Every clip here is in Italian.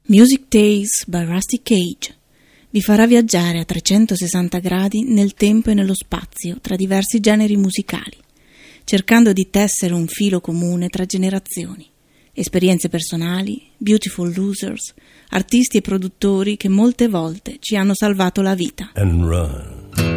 Music Tales by Rusty Cage vi farà viaggiare a 360 gradi nel tempo e nello spazio tra diversi generi musicali, cercando di tessere un filo comune tra generazioni, esperienze personali, beautiful losers, artisti e produttori che molte volte ci hanno salvato la vita. And run.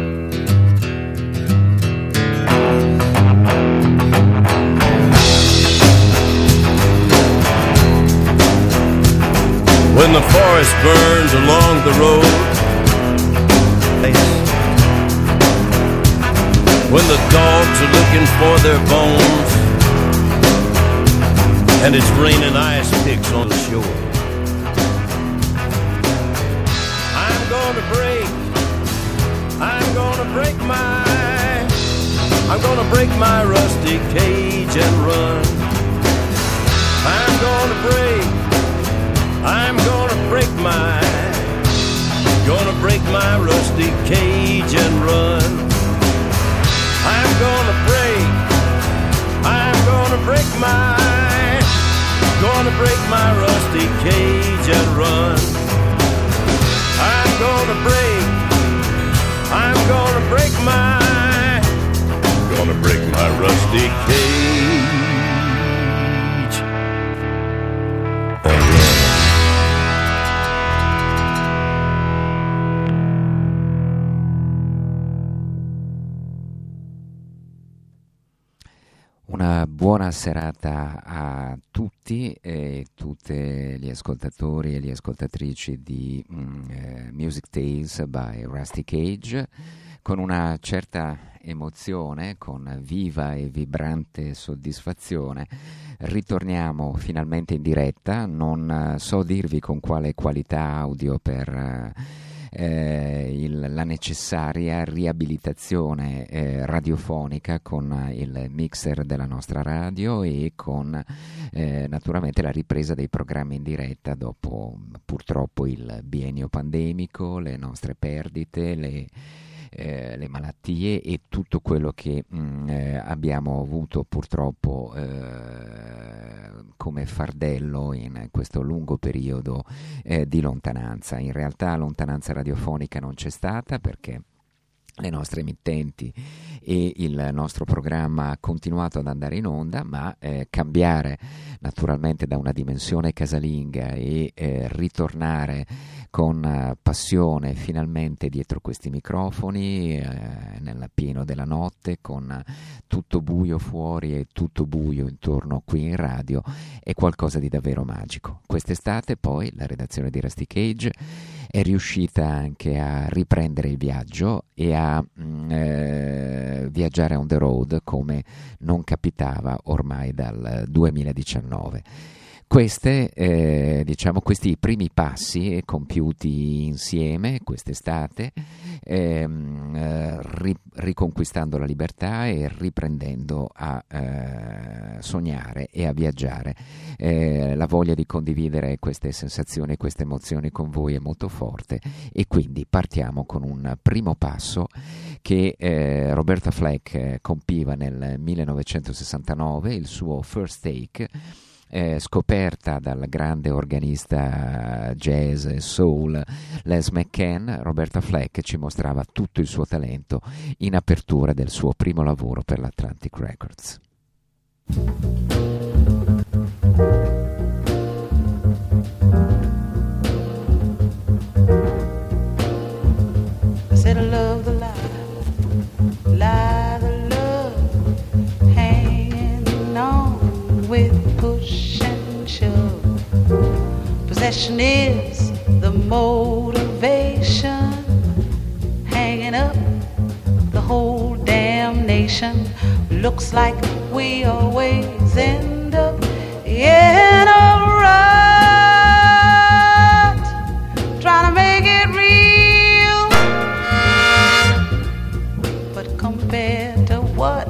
When the forest burns along the road, when the dogs are looking for their bones, and it's raining ice picks on the shore, I'm gonna break my rusty cage and run. I'm gonna break my rusty cage and run. I'm gonna break my rusty cage and run. I'm gonna break my rusty cage and run. Una buona serata a tutti e tutte gli ascoltatori e le ascoltatrici di Music Tales by Rusty Cage. Con una certa emozione, con viva e vibrante soddisfazione, ritorniamo finalmente in diretta. Non so dirvi con quale qualità audio per la necessaria riabilitazione radiofonica con il mixer della nostra radio e con naturalmente la ripresa dei programmi in diretta dopo purtroppo il biennio pandemico, le nostre perdite, le malattie e tutto quello che abbiamo avuto purtroppo come fardello in questo lungo periodo di lontananza. In realtà lontananza radiofonica non c'è stata, perché le nostre emittenti e il nostro programma ha continuato ad andare in onda, ma cambiare naturalmente da una dimensione casalinga e ritornare con passione finalmente dietro questi microfoni nel pieno della notte, con tutto buio fuori e tutto buio intorno qui in radio, è qualcosa di davvero magico. Quest'estate poi la redazione di Rusty Cage è riuscita anche a riprendere il viaggio e a viaggiare on the road come non capitava ormai dal 2019. Questi primi passi compiuti insieme quest'estate, riconquistando la libertà e riprendendo a sognare e a viaggiare. La voglia di condividere queste sensazioni e queste emozioni con voi è molto forte, e quindi partiamo con un primo passo che Roberta Fleck compiva nel 1969, il suo First Take. Scoperta dal grande organista jazz e soul Les McCann, Roberta Fleck ci mostrava tutto il suo talento in apertura del suo primo lavoro per l'Atlantic Records. I said I love the lie the love, hanging on with push and shove. Possession is the motivation, hanging up the whole damn nation. Looks like we always end up in a rut, trying to make it real, but compared to what?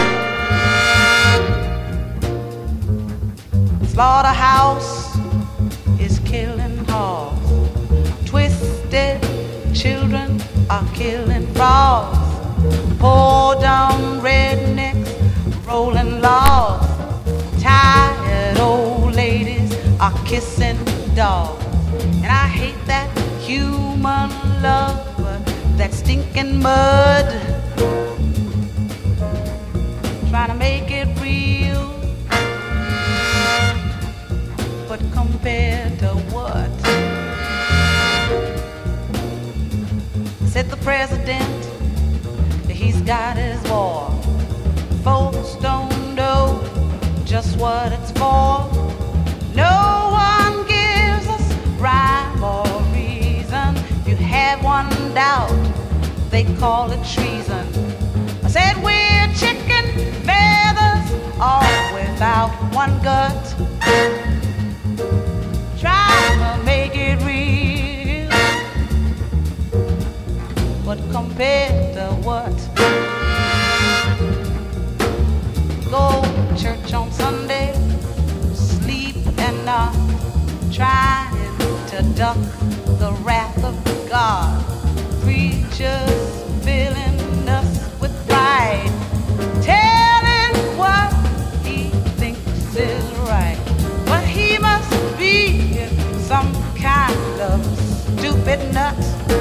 Slaughterhouse is killing hogs. Twisted children are killing frogs. Poor dumb rednecks rolling logs. Tired old ladies are kissing dogs. And I hate that human love, that stinking mud, trying to make it real. But compared to what? Said the president, he's got his war. Folks don't know just what it's for. No one gives us rhyme or reason. If you have one doubt, they call it treason. I said we're chicken feathers, all without one gut. Try to make it real, but compared to what? Go to church on Sunday, sleep and not trying to duck the wrath of God. Preachers filling us with pride, telling what he thinks is right. But he must be some kind of stupid nut.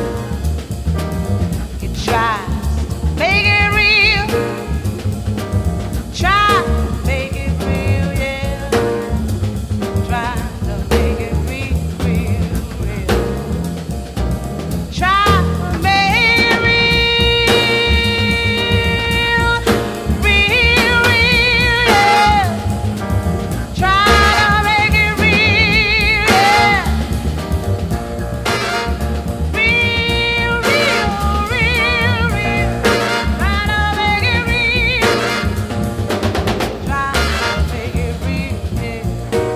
He tries to make it real. Try to make it real, yeah. Try to make it real, real, real. Try to make it real, real, real, yeah. Try to make it real, yeah. Real, real, real, real. Try to make it real. Try to make it real, yeah.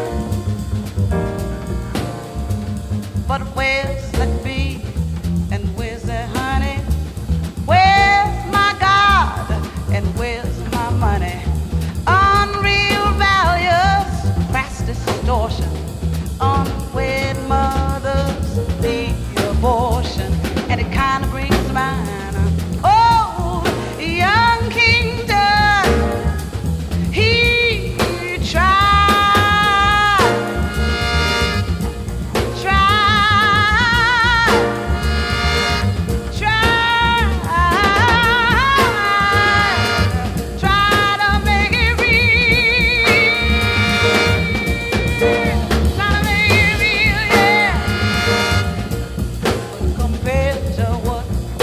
But where's that bee and where's that honey? Where's my God and where's my money? Unreal values, crass distortion, unwed mothers, the abortion, and it kind of brings to mind, oh, young King Tut. He tried, to make it real, try to make it real, yeah. Compared to what?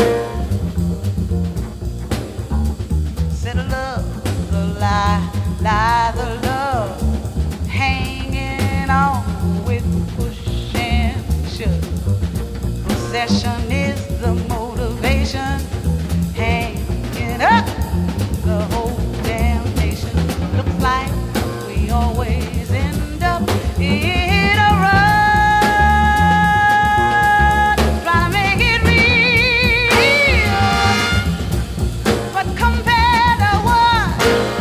Said love, the lie, lie, the love, hanging on with push and shove. Possession is the motivation, hanging up the whole damn nation. Looks like we always end up in a rut. Try to make it real, but compared to what?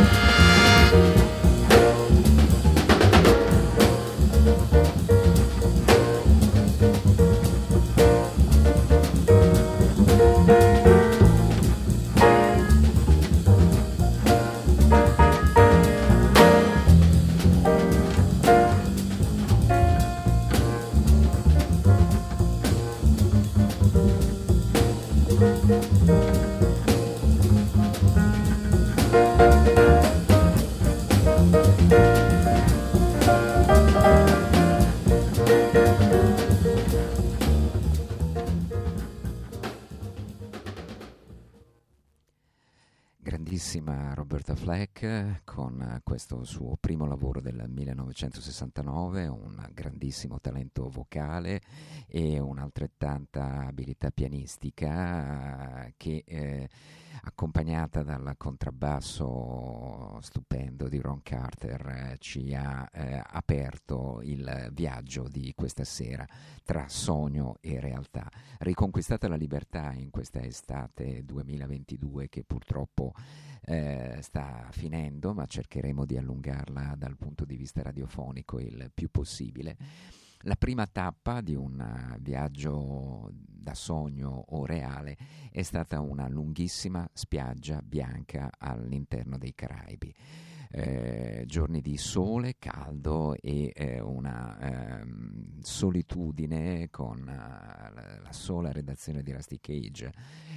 Grandissima Roberta Fleck con questo suo primo lavoro del 1969, un grandissimo talento vocale e un'altrettanta abilità pianistica che accompagnata dal contrabbasso stupendo di Ron Carter ci ha aperto il viaggio di questa sera tra sogno e realtà. Riconquistata la libertà in questa estate 2022 che purtroppo sta finendo, ma cercheremo di allungarla dal punto di vista radiofonico il più possibile. La prima tappa di un viaggio da sogno o reale è stata una lunghissima spiaggia bianca all'interno dei Caraibi. giorni di sole, caldo e una solitudine con la sola redazione di Rusty Cage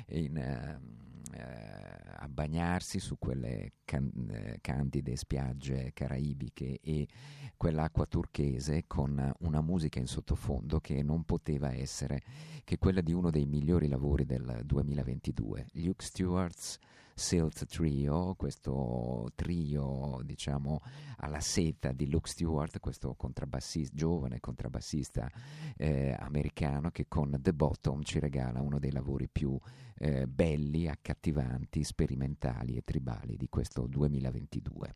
a bagnarsi su quelle candide spiagge caraibiche e quell'acqua turchese, con una musica in sottofondo che non poteva essere che quella di uno dei migliori lavori del 2022, Luke Stewart's Silt Trio, questo trio diciamo alla seta di Luke Stewart, questo giovane contrabbassista americano, che con The Bottom ci regala uno dei lavori più belli, accattivanti, sperimentali e tribali di questo 2022.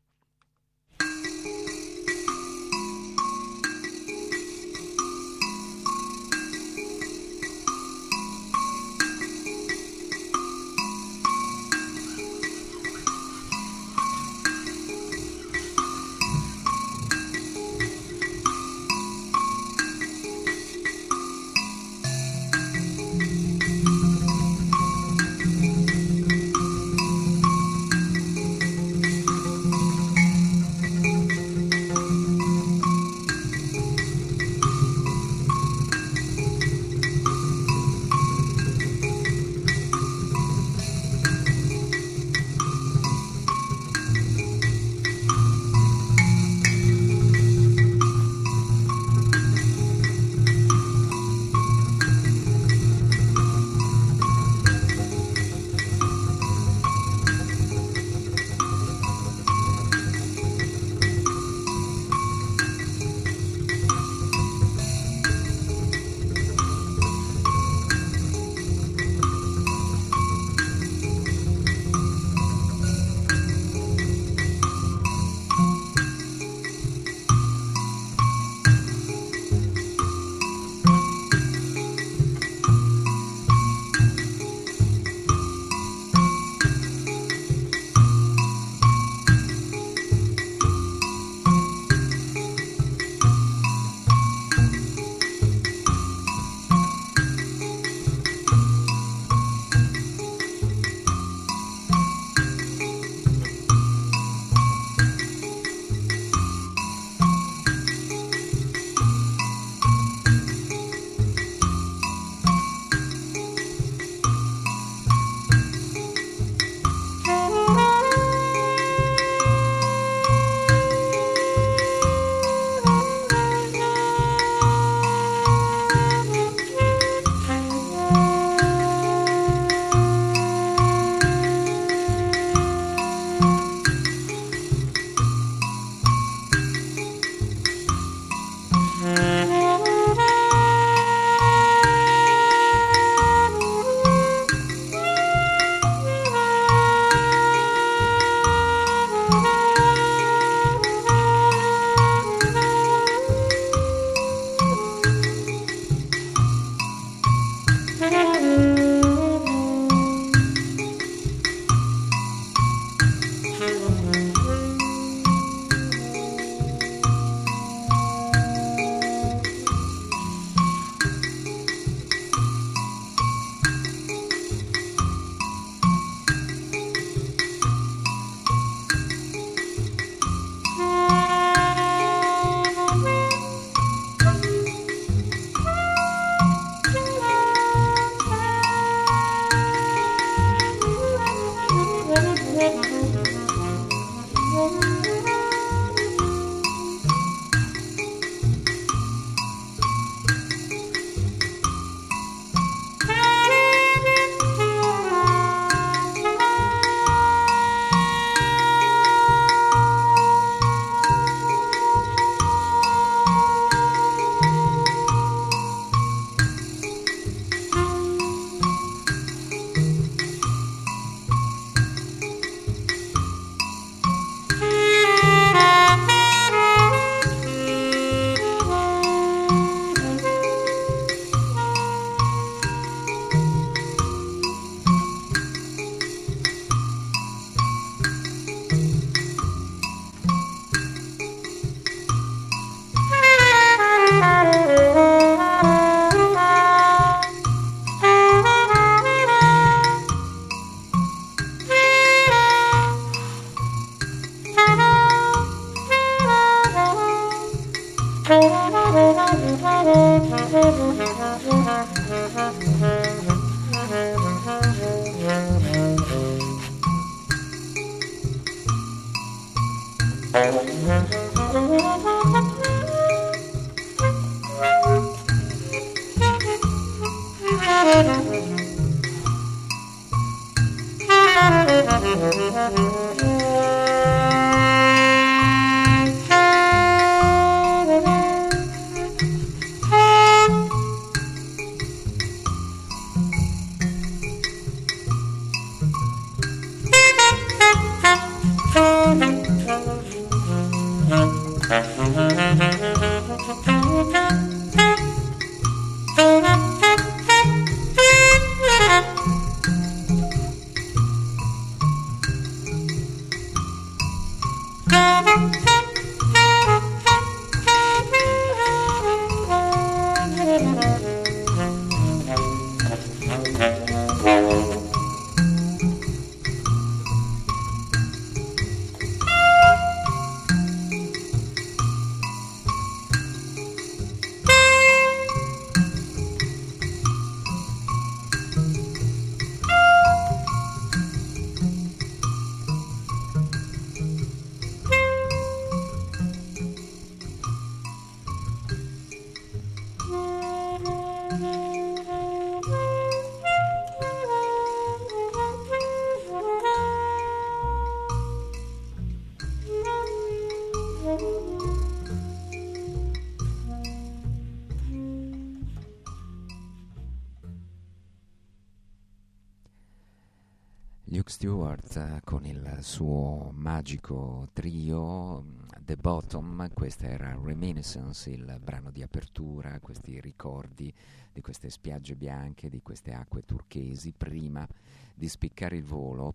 Luke Stewart con il suo magico trio The Bottom. Questa era Reminiscence, il brano di apertura, questi ricordi di queste spiagge bianche, di queste acque turchesi, prima di spiccare il volo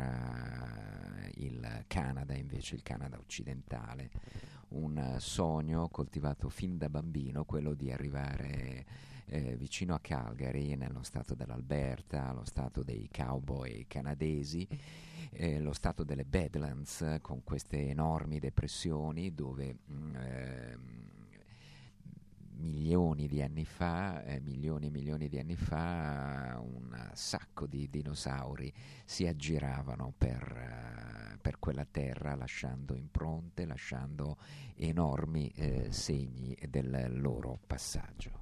per il Canada, invece il Canada occidentale. Un sogno coltivato fin da bambino, quello di arrivare vicino a Calgary, nello stato dell'Alberta, lo stato dei cowboy canadesi, lo stato delle Badlands, con queste enormi depressioni dove milioni di anni fa, milioni e milioni di anni fa, un sacco di dinosauri si aggiravano per quella terra, lasciando impronte, lasciando enormi segni del loro passaggio.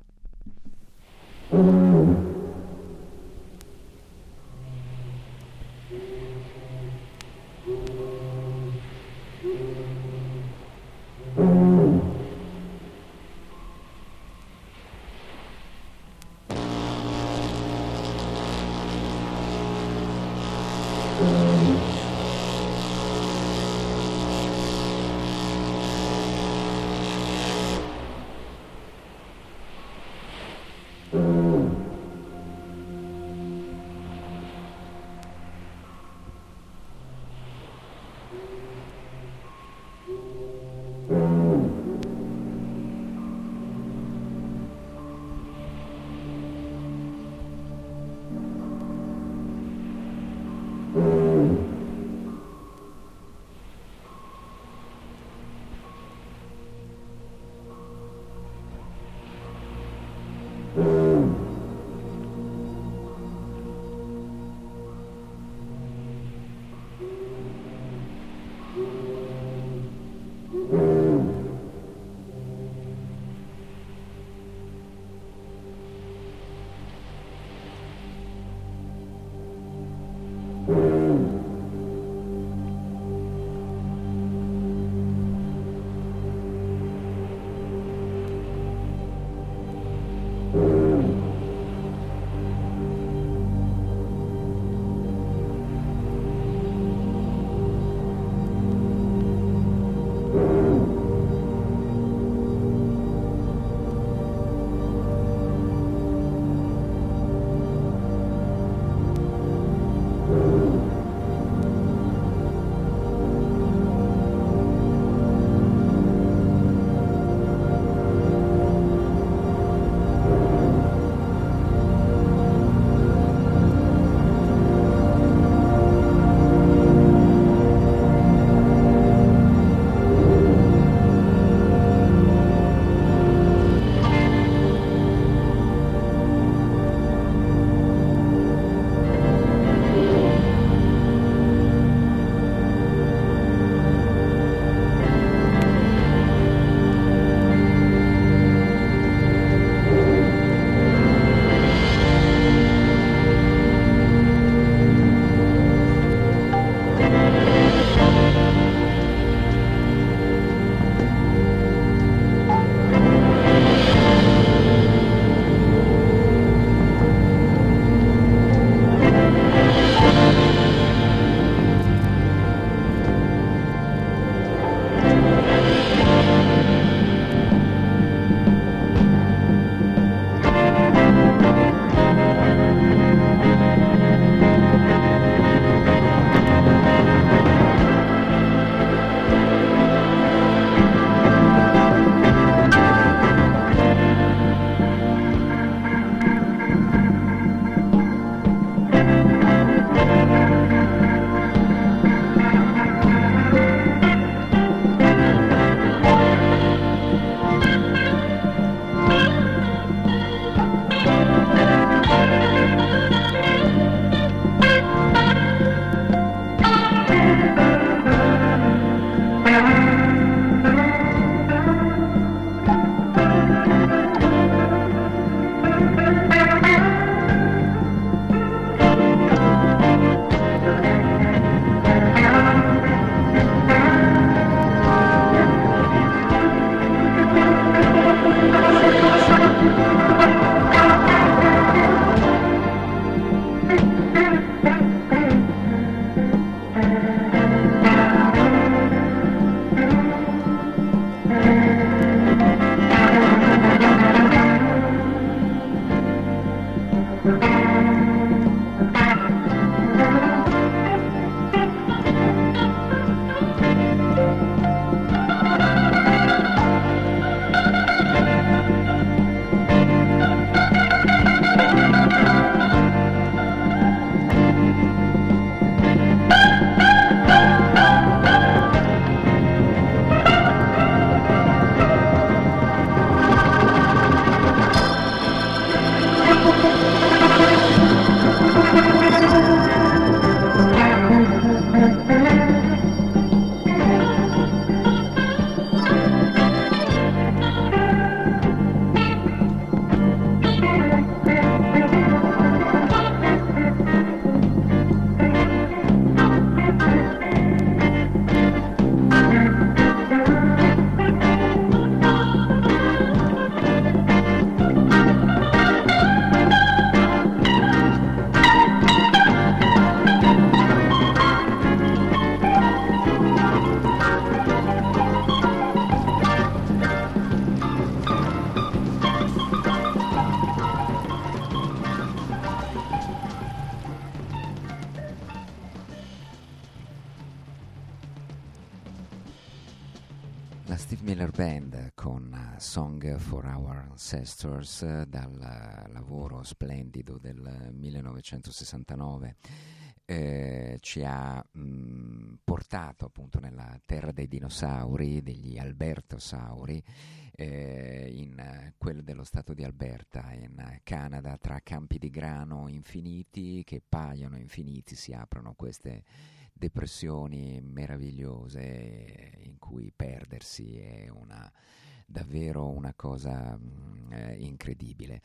Miller Band con Song for Our Ancestors dal lavoro splendido del 1969. Ci ha portato appunto nella terra dei dinosauri, degli albertosauri, in quello dello stato di Alberta in Canada, tra campi di grano infiniti che paiono infiniti, si aprono queste depressioni meravigliose in cui perdersi è davvero una cosa incredibile.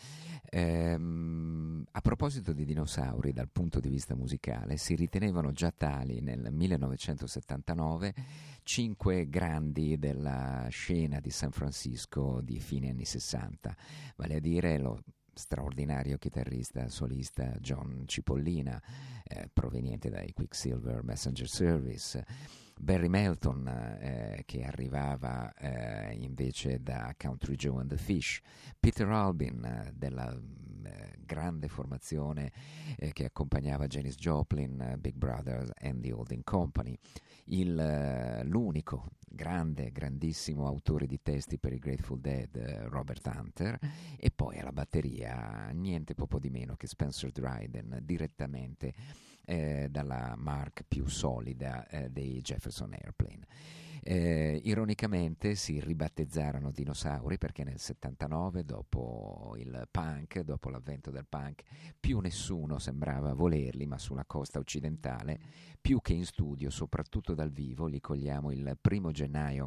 A proposito di dinosauri, dal punto di vista musicale, si ritenevano già tali nel 1979 5 grandi della scena di San Francisco di fine anni 60, vale a dire lo straordinario chitarrista solista John Cipollina, proveniente dai Quicksilver Messenger Service, Barry Melton, che arrivava invece da Country Joe and the Fish, Peter Albin della grande formazione che accompagnava Janis Joplin, Big Brothers and the Holding Company, l'unico grandissimo autore di testi per i Grateful Dead, Robert Hunter, e poi alla batteria niente poco di meno che Spencer Dryden, direttamente dalla marca più solida dei Jefferson Airplane. Ironicamente si ribattezzarono dinosauri perché nel 79, dopo il punk, dopo l'avvento del punk, più nessuno sembrava volerli, ma sulla costa occidentale, più che in studio, soprattutto dal vivo, li cogliamo il 1 gennaio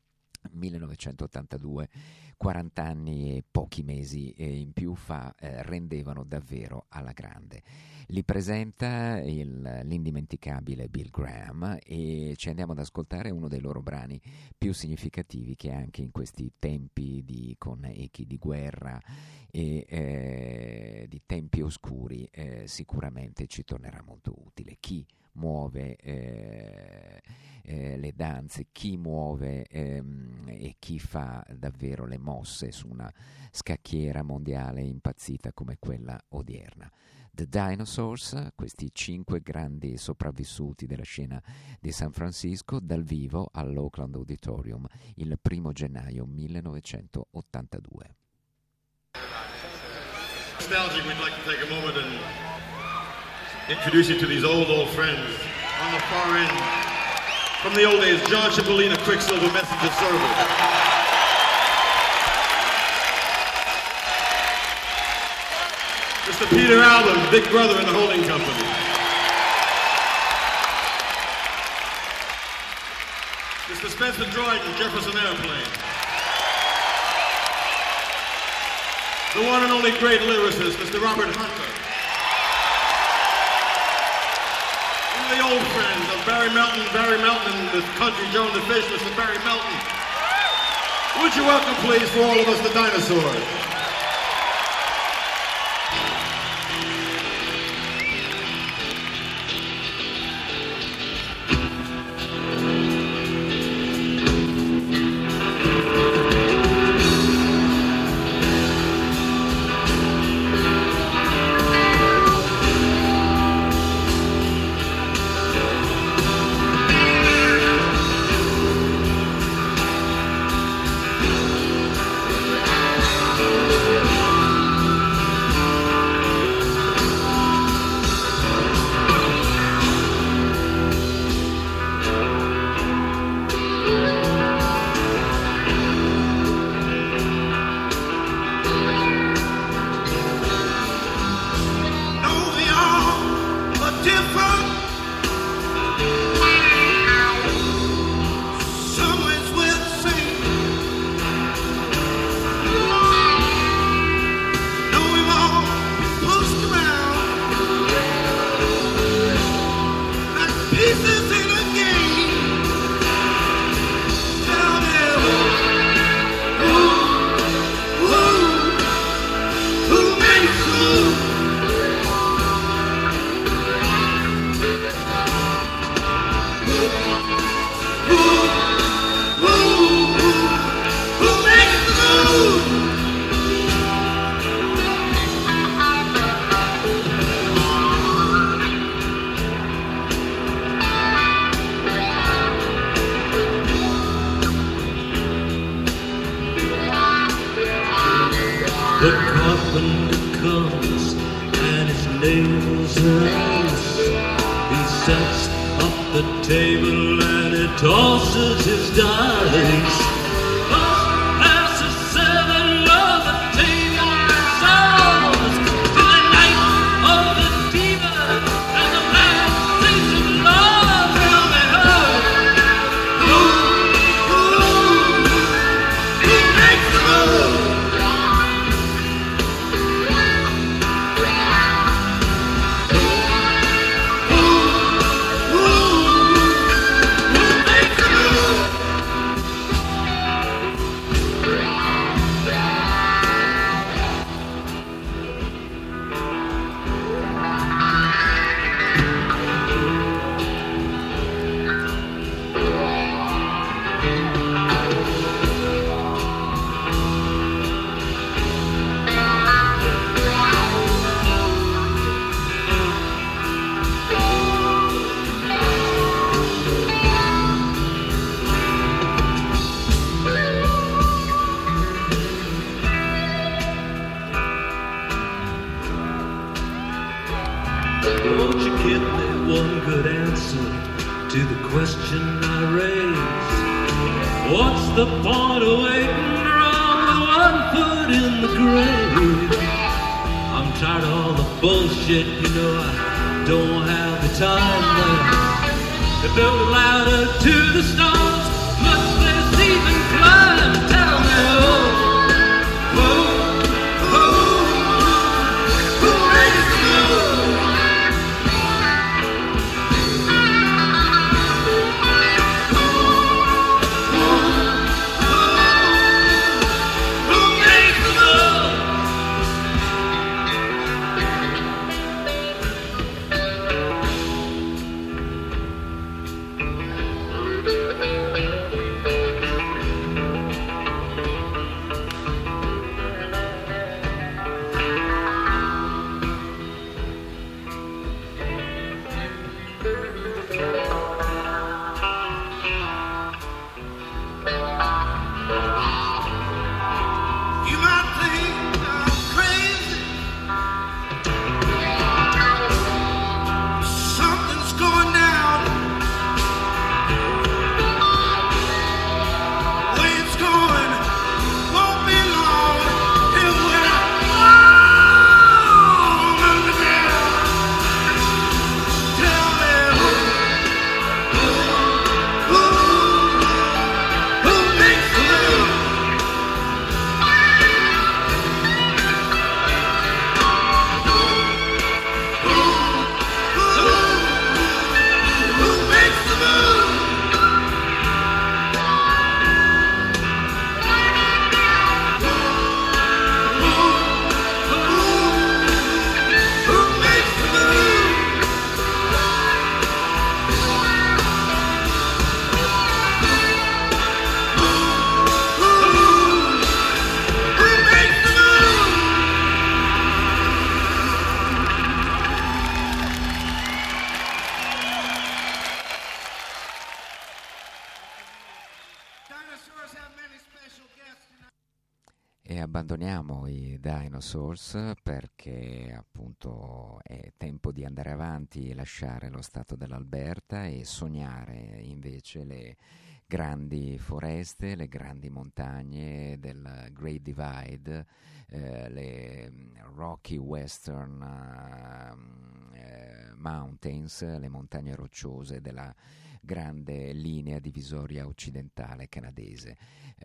1982, 40 anni e pochi mesi in più fa, rendevano davvero alla grande. Li presenta l'indimenticabile Bill Graham e ci andiamo ad ascoltare uno dei loro brani più significativi, che anche in questi tempi con echi di guerra e di tempi oscuri sicuramente ci tornerà molto utile. Chi muove le danze, chi muove e chi fa davvero le mosse su una scacchiera mondiale impazzita come quella odierna. The Dinosaurs, questi 5 grandi sopravvissuti della scena di San Francisco, dal vivo all'Oakland Auditorium il 1 gennaio 1982. Nostalgic, we'd like to take a moment and introduce you to these old friends. On the far end, from the old days, John Cipollina, Quicksilver Messenger Service. Mr. Peter Albin, Big Brother in the Holding Company. Mr. Spencer Dryden, Jefferson Airplane. The one and only great lyricist, Mr. Robert Hunter. The old friends of Barry Melton, and the Country Joe and the Fish, Mr. Barry Melton. Would you welcome, please, for all of us, the Dinosaurs? The carpenter comes and his nails are loose. He sets up the table and he tosses his dice. Past the seven of the table resolves to the night of the demon and the last things of love will be heard. Who makes the move? Won't you give me one good answer to the question I raise? What's the point of waiting around with one foot in the grave? I'm tired of all the bullshit, you know I don't have the time left to build a ladder to the stars. Must this even climb? Tell me who makes the move? You might think I'm crazy. Something's going down. The way it's going won't be long. It will fall underground. Tell me who makes the move? Who makes the move? Who makes the move? Who makes the move? Dinosaurs have many special guests tonight. E abbandoniamo i Dinosaurs perché appunto è tempo di andare avanti e lasciare lo stato dell'Alberta e sognare invece le grandi foreste, le grandi montagne del Great Divide, le Rocky Western Mountains, le montagne rocciose della grande linea divisoria occidentale canadese.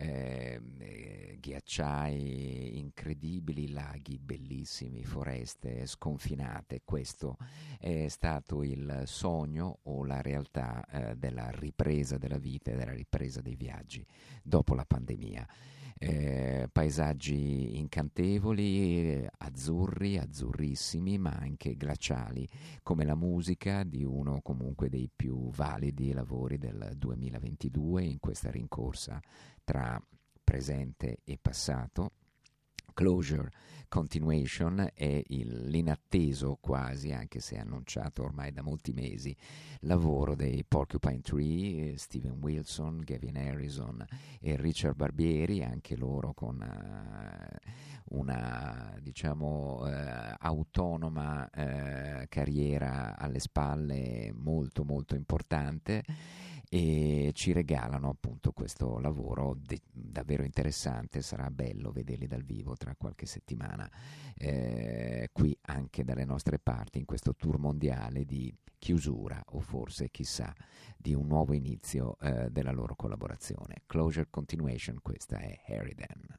Ghiacciai incredibili, laghi bellissimi, foreste sconfinate. Questo è stato il sogno o la realtà della ripresa della vita e della ripresa dei viaggi dopo la pandemia. Paesaggi incantevoli, azzurri, azzurrissimi, ma anche glaciali, come la musica di uno comunque dei più validi lavori del 2022 in questa rincorsa tra presente e passato. Closure Continuation è l'inatteso quasi, anche se annunciato ormai da molti mesi, lavoro dei Porcupine Tree, Steven Wilson, Gavin Harrison e Richard Barbieri, anche loro con una diciamo autonoma carriera alle spalle molto molto importante, e ci regalano appunto questo lavoro davvero interessante. Sarà bello vederli dal vivo tra qualche settimana qui anche dalle nostre parti, in questo tour mondiale di chiusura, o forse chissà di un nuovo inizio della loro collaborazione. Closure Continuation, questa è Harridan.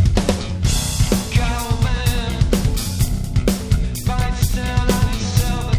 Fights down on himself.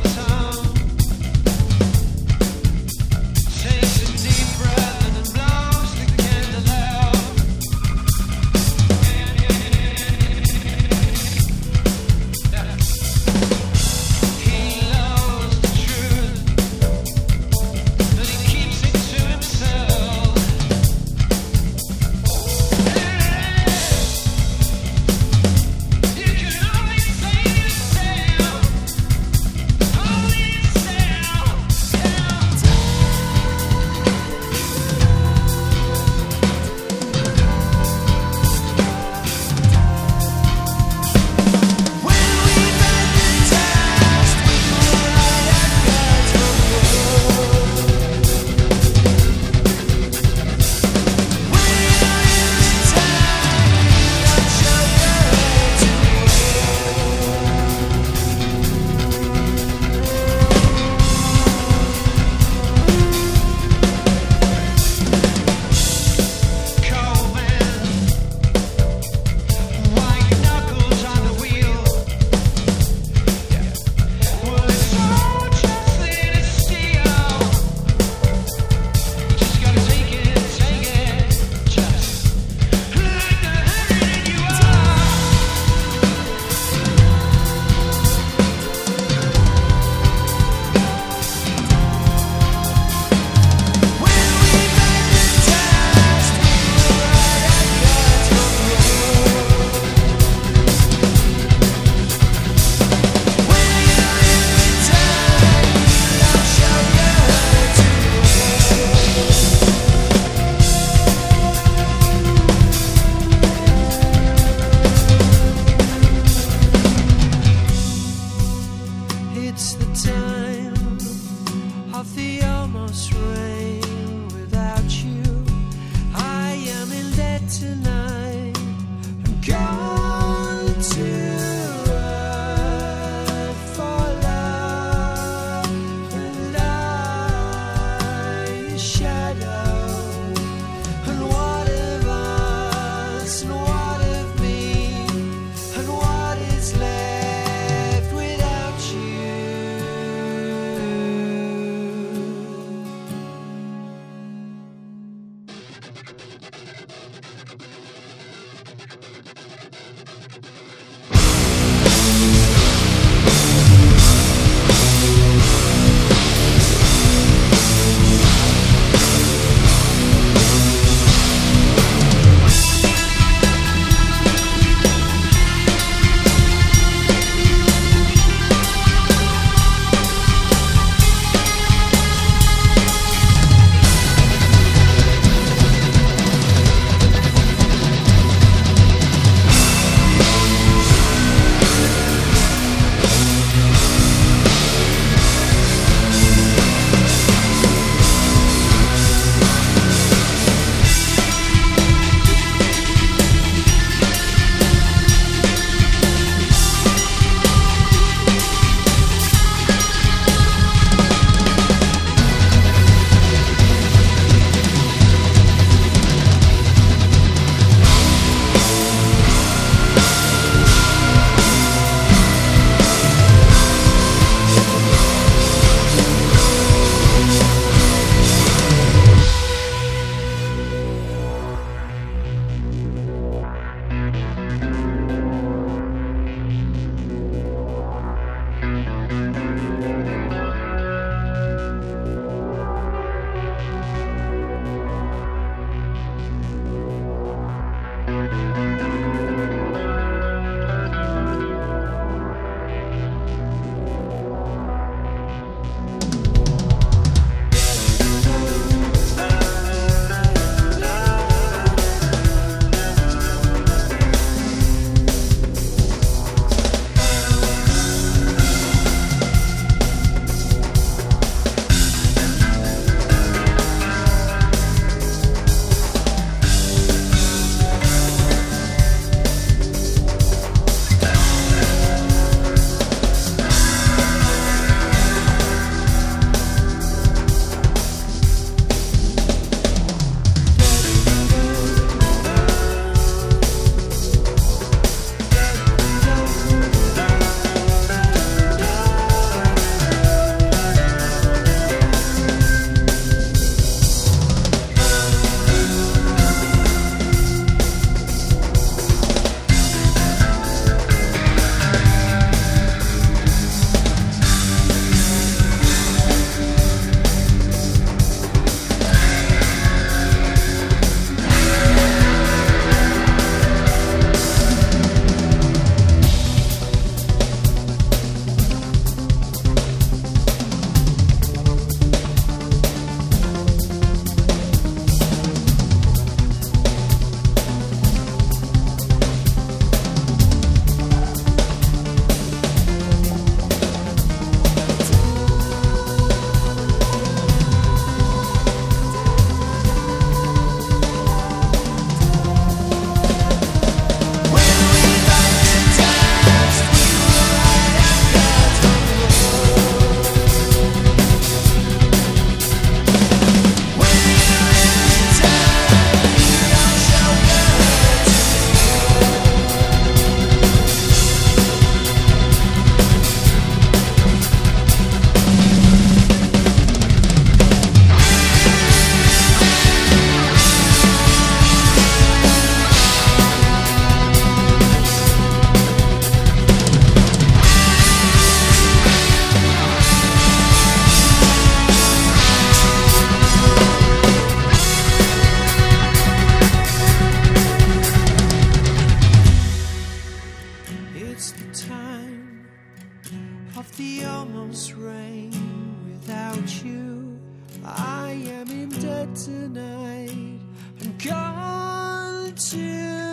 it's the time of the almost rain. Without you, I am in debt tonight. I'm gone to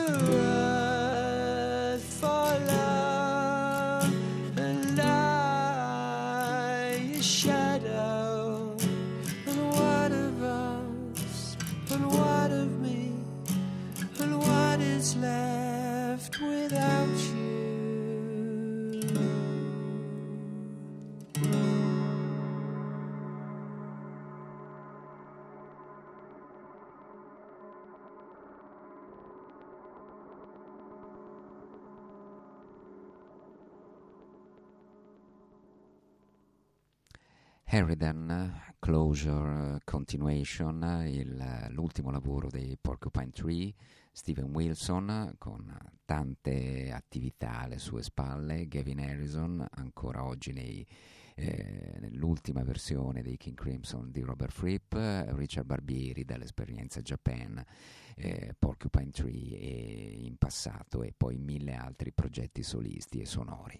earth for love, and I a shadow. And what of us? And what of me? And what is left without you? Harridan, Closure, Continuation, l'ultimo lavoro dei Porcupine Tree, Steven Wilson con tante attività alle sue spalle, Gavin Harrison ancora oggi nell'ultima versione dei King Crimson di Robert Fripp, Richard Barbieri dall'esperienza Japan, Porcupine Tree e in passato, e poi 1000 altri progetti solisti e sonori.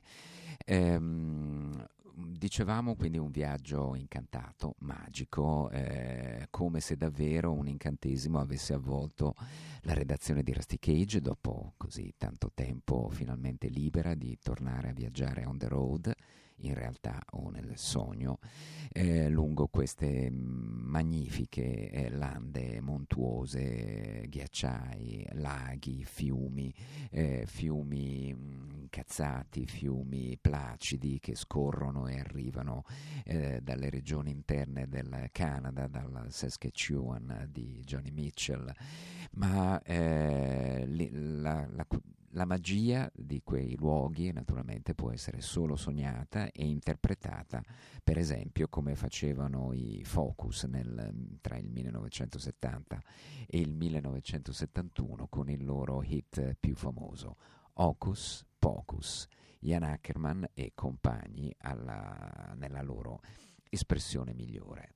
Dicevamo quindi un viaggio incantato, magico, come se davvero un incantesimo avesse avvolto la redazione di Rusty Cage, dopo così tanto tempo finalmente libera di tornare a viaggiare on the road, in realtà o nel sogno, lungo queste magnifiche lande montuose, ghiacciai, laghi, fiumi incazzati, fiumi placidi che scorrono e arrivano dalle regioni interne del Canada, dal Saskatchewan di Joni Mitchell, ma la magia di quei luoghi naturalmente può essere solo sognata e interpretata, per esempio come facevano i Focus tra il 1970 e il 1971 con il loro hit più famoso, Hocus Pocus, Ian Ackerman e compagni nella loro espressione migliore.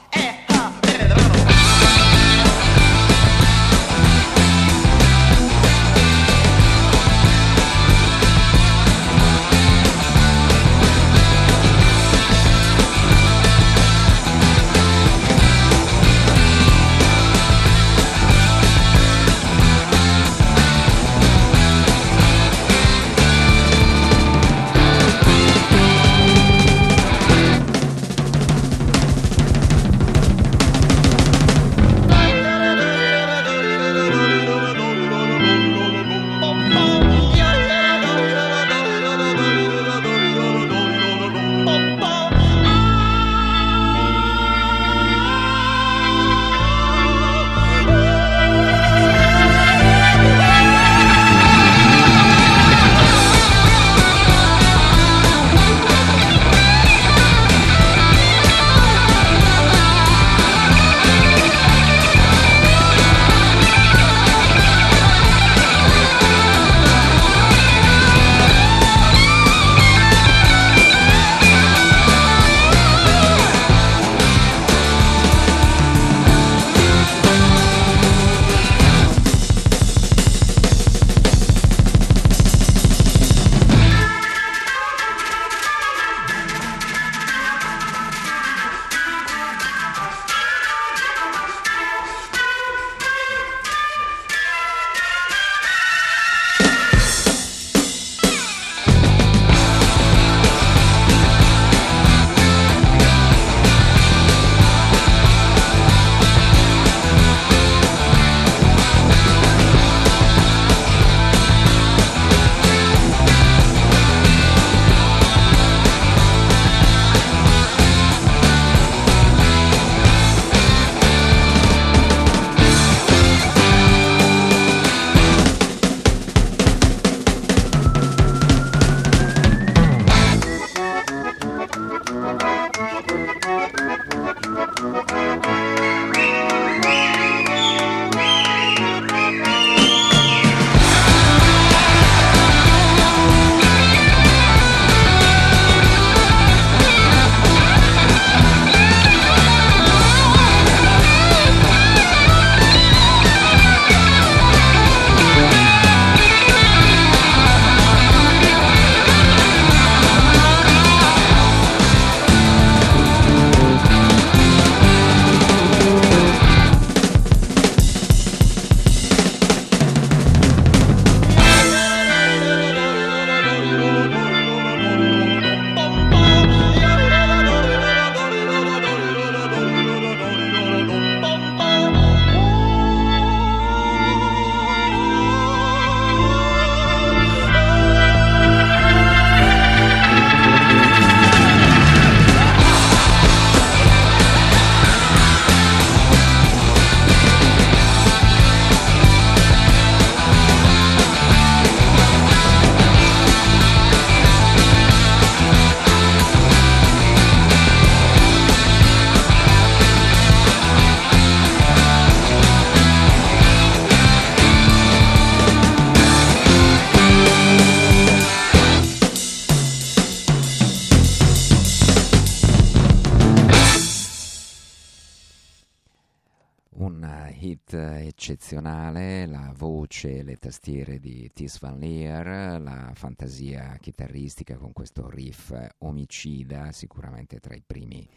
hit eccezionale, la voce e le tastiere di Tis Van Leer, la fantasia chitarristica con questo riff omicida, sicuramente tra i primi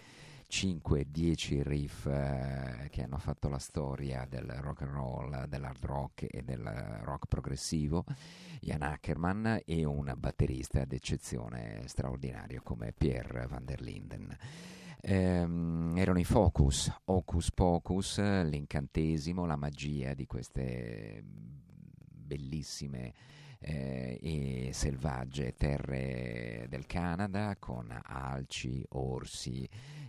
5-10 riff che hanno fatto la storia del rock and roll, dell'hard rock e del rock progressivo, Jan Ackerman, e un batterista d'eccezione straordinario come Pierre van der Linden. Erano i Focus, Hocus Pocus, l'incantesimo, la magia di queste bellissime e selvagge terre del Canada, con alci, orsi,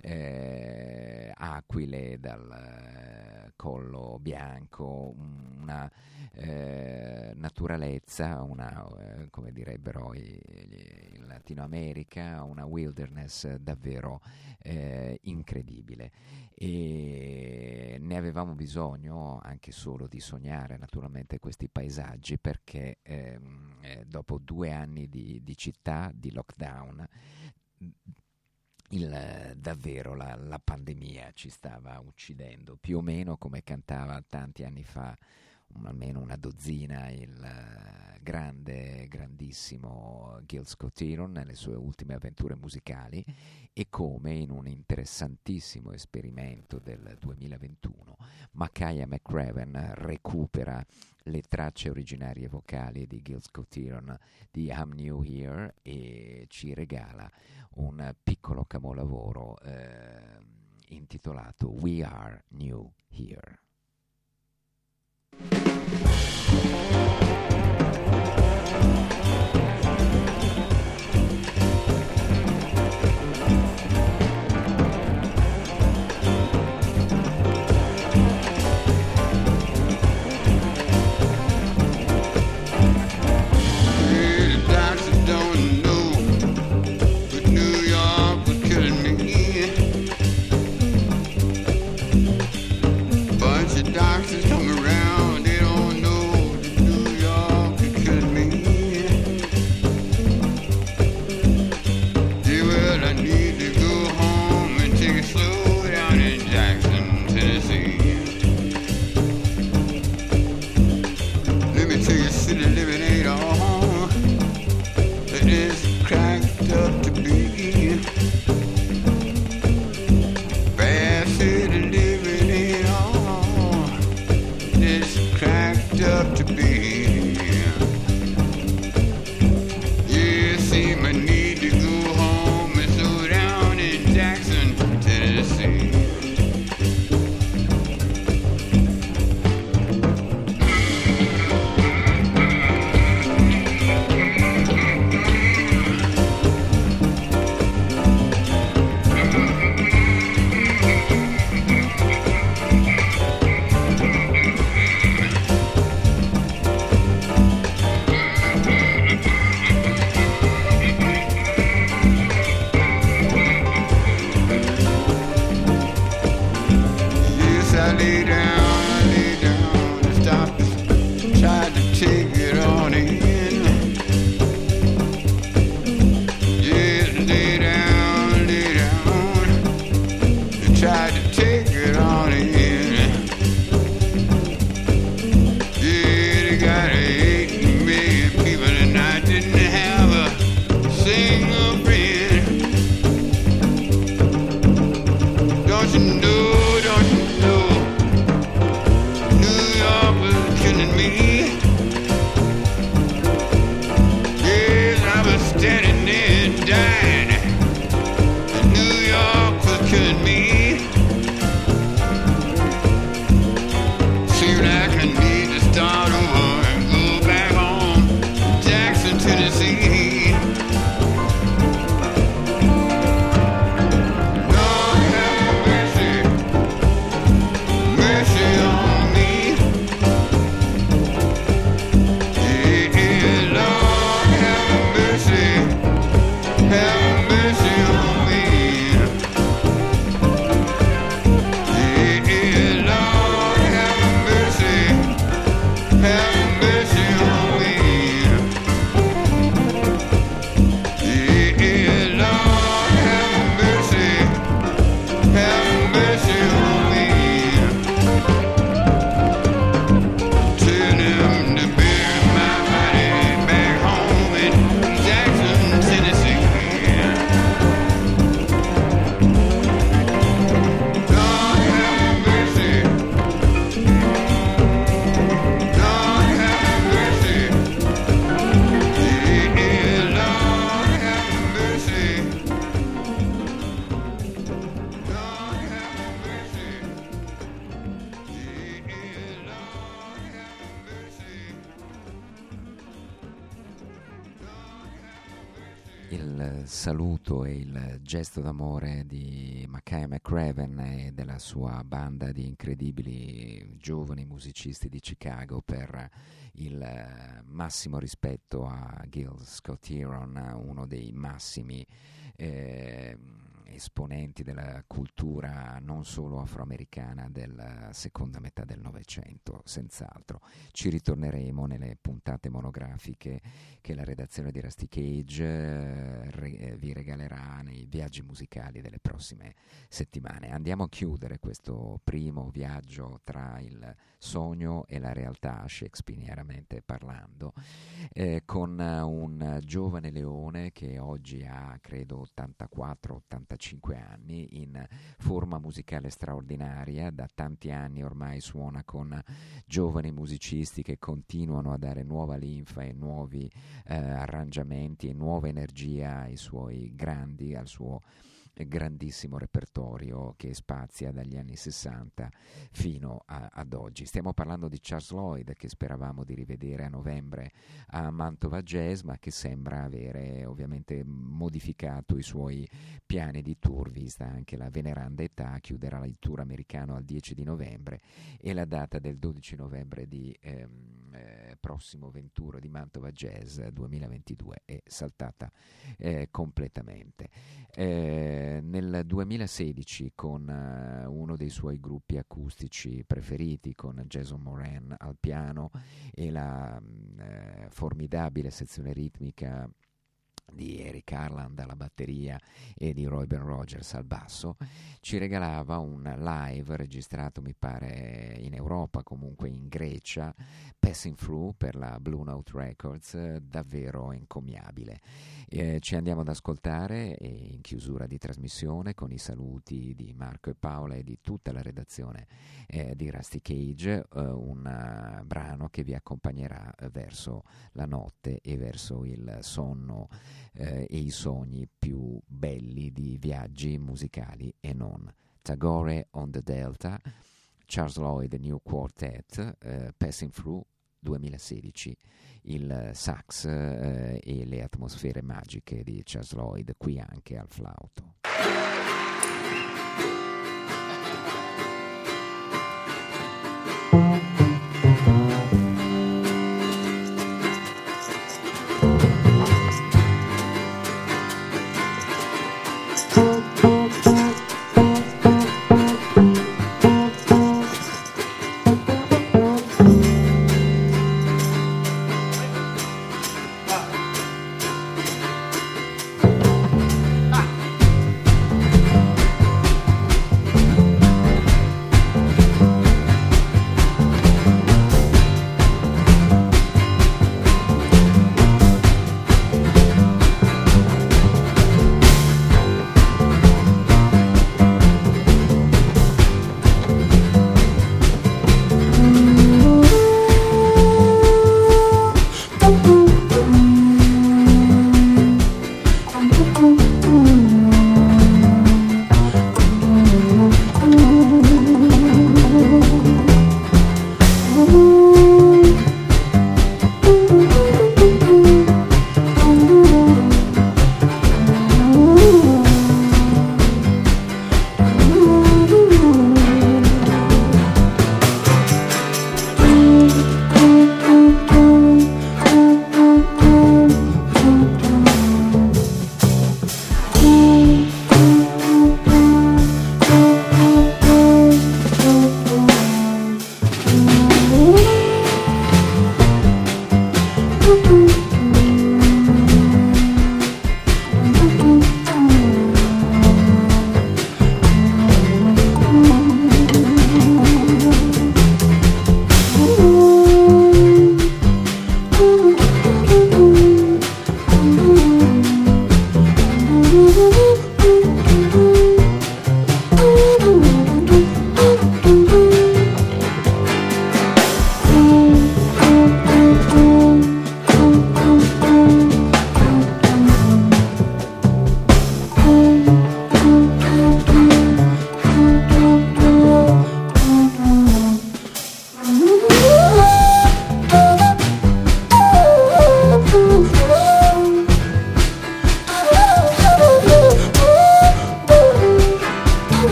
aquile dal collo bianco, una naturalezza, come direbbero in Latino America, una wilderness davvero incredibile. E ne avevamo bisogno anche solo di sognare naturalmente questi paesaggi, perché dopo 2 anni di città, di lockdown, davvero la pandemia ci stava uccidendo, più o meno come cantava tanti anni fa, almeno una dozzina, grandissimo Gil Scott-Heron nelle sue ultime avventure musicali, e come in un interessantissimo esperimento del 2021 Makaya McCraven recupera le tracce originarie vocali di Gil Scott-Heron di I'm New Here e ci regala un piccolo capolavoro intitolato We Are New Here. Doctors come around, they don't know that New York could kill me. Yeah, well, I need to go home and take it slow down in Jackson, Tennessee. Let me tell you, city living ain't all that is cracked up to be. Bad city living ain't all it's cracked up to be. Yeah, seem I need to go home and slow down in Jackson, Tennessee. I lay down, the doctor tried to take it on in. Yeah, lay down, they tried to take it on in. Yeah, they got 8 million people and I didn't have a single friend. Don't you know? Me. Yes, I was standing there and dying, and New York was killing me. Seemed like I need to start over and go back home, Jackson, Tennessee. Lord have mercy, mercy on me. Have mercy on me. Yeah, Lord, have mercy. Have mercy on me. Yeah, Lord, have mercy. Have mercy on me. Tell them to bury my body back home in Jackson, Tennessee. Il saluto e il gesto d'amore di Makaya McCraven e della sua banda di incredibili giovani musicisti di Chicago per il massimo rispetto a Gil Scott-Heron, uno dei massimi esponenti della cultura non solo afroamericana della seconda metà del Novecento, senz'altro. Ci ritorneremo nelle puntate monografiche che la redazione di Rusty Cage vi regalerà nei viaggi musicali delle prossime settimane. Andiamo a chiudere questo primo viaggio tra il sogno e la realtà, shakespearianamente parlando, con un giovane leone che oggi ha credo 84-85 anni, in forma musicale straordinaria. Da tanti anni ormai suona con giovani musicisti che continuano a dare nuova linfa e nuovi arrangiamenti e nuova energia al suo grandissimo repertorio che spazia dagli anni 60 fino ad oggi. Stiamo parlando di Charles Lloyd, che speravamo di rivedere a novembre a Mantova Jazz, ma che sembra avere ovviamente modificato i suoi piani di tour, vista anche la veneranda età. Chiuderà il tour americano al 10 di novembre e la data del 12 novembre di prossimo venturo di Mantova Jazz 2022 è saltata completamente. Nel 2016, con uno dei suoi gruppi acustici preferiti, con Jason Moran al piano e la formidabile sezione ritmica di Eric Harland alla batteria e di Roy Ben Rogers al basso, ci regalava un live registrato, mi pare in Europa, comunque in Grecia, Passing Through per la Blue Note Records, davvero encomiabile. Ci andiamo ad ascoltare in chiusura di trasmissione, con i saluti di Marco e Paola e di tutta la redazione di Rusty Cage, un brano che vi accompagnerà verso la notte e verso il sonno e i sogni più belli di viaggi musicali e non. Tagore on the Delta, Charles Lloyd New Quartet, Passing Through 2016, il sax e le atmosfere magiche di Charles Lloyd, qui anche al flauto.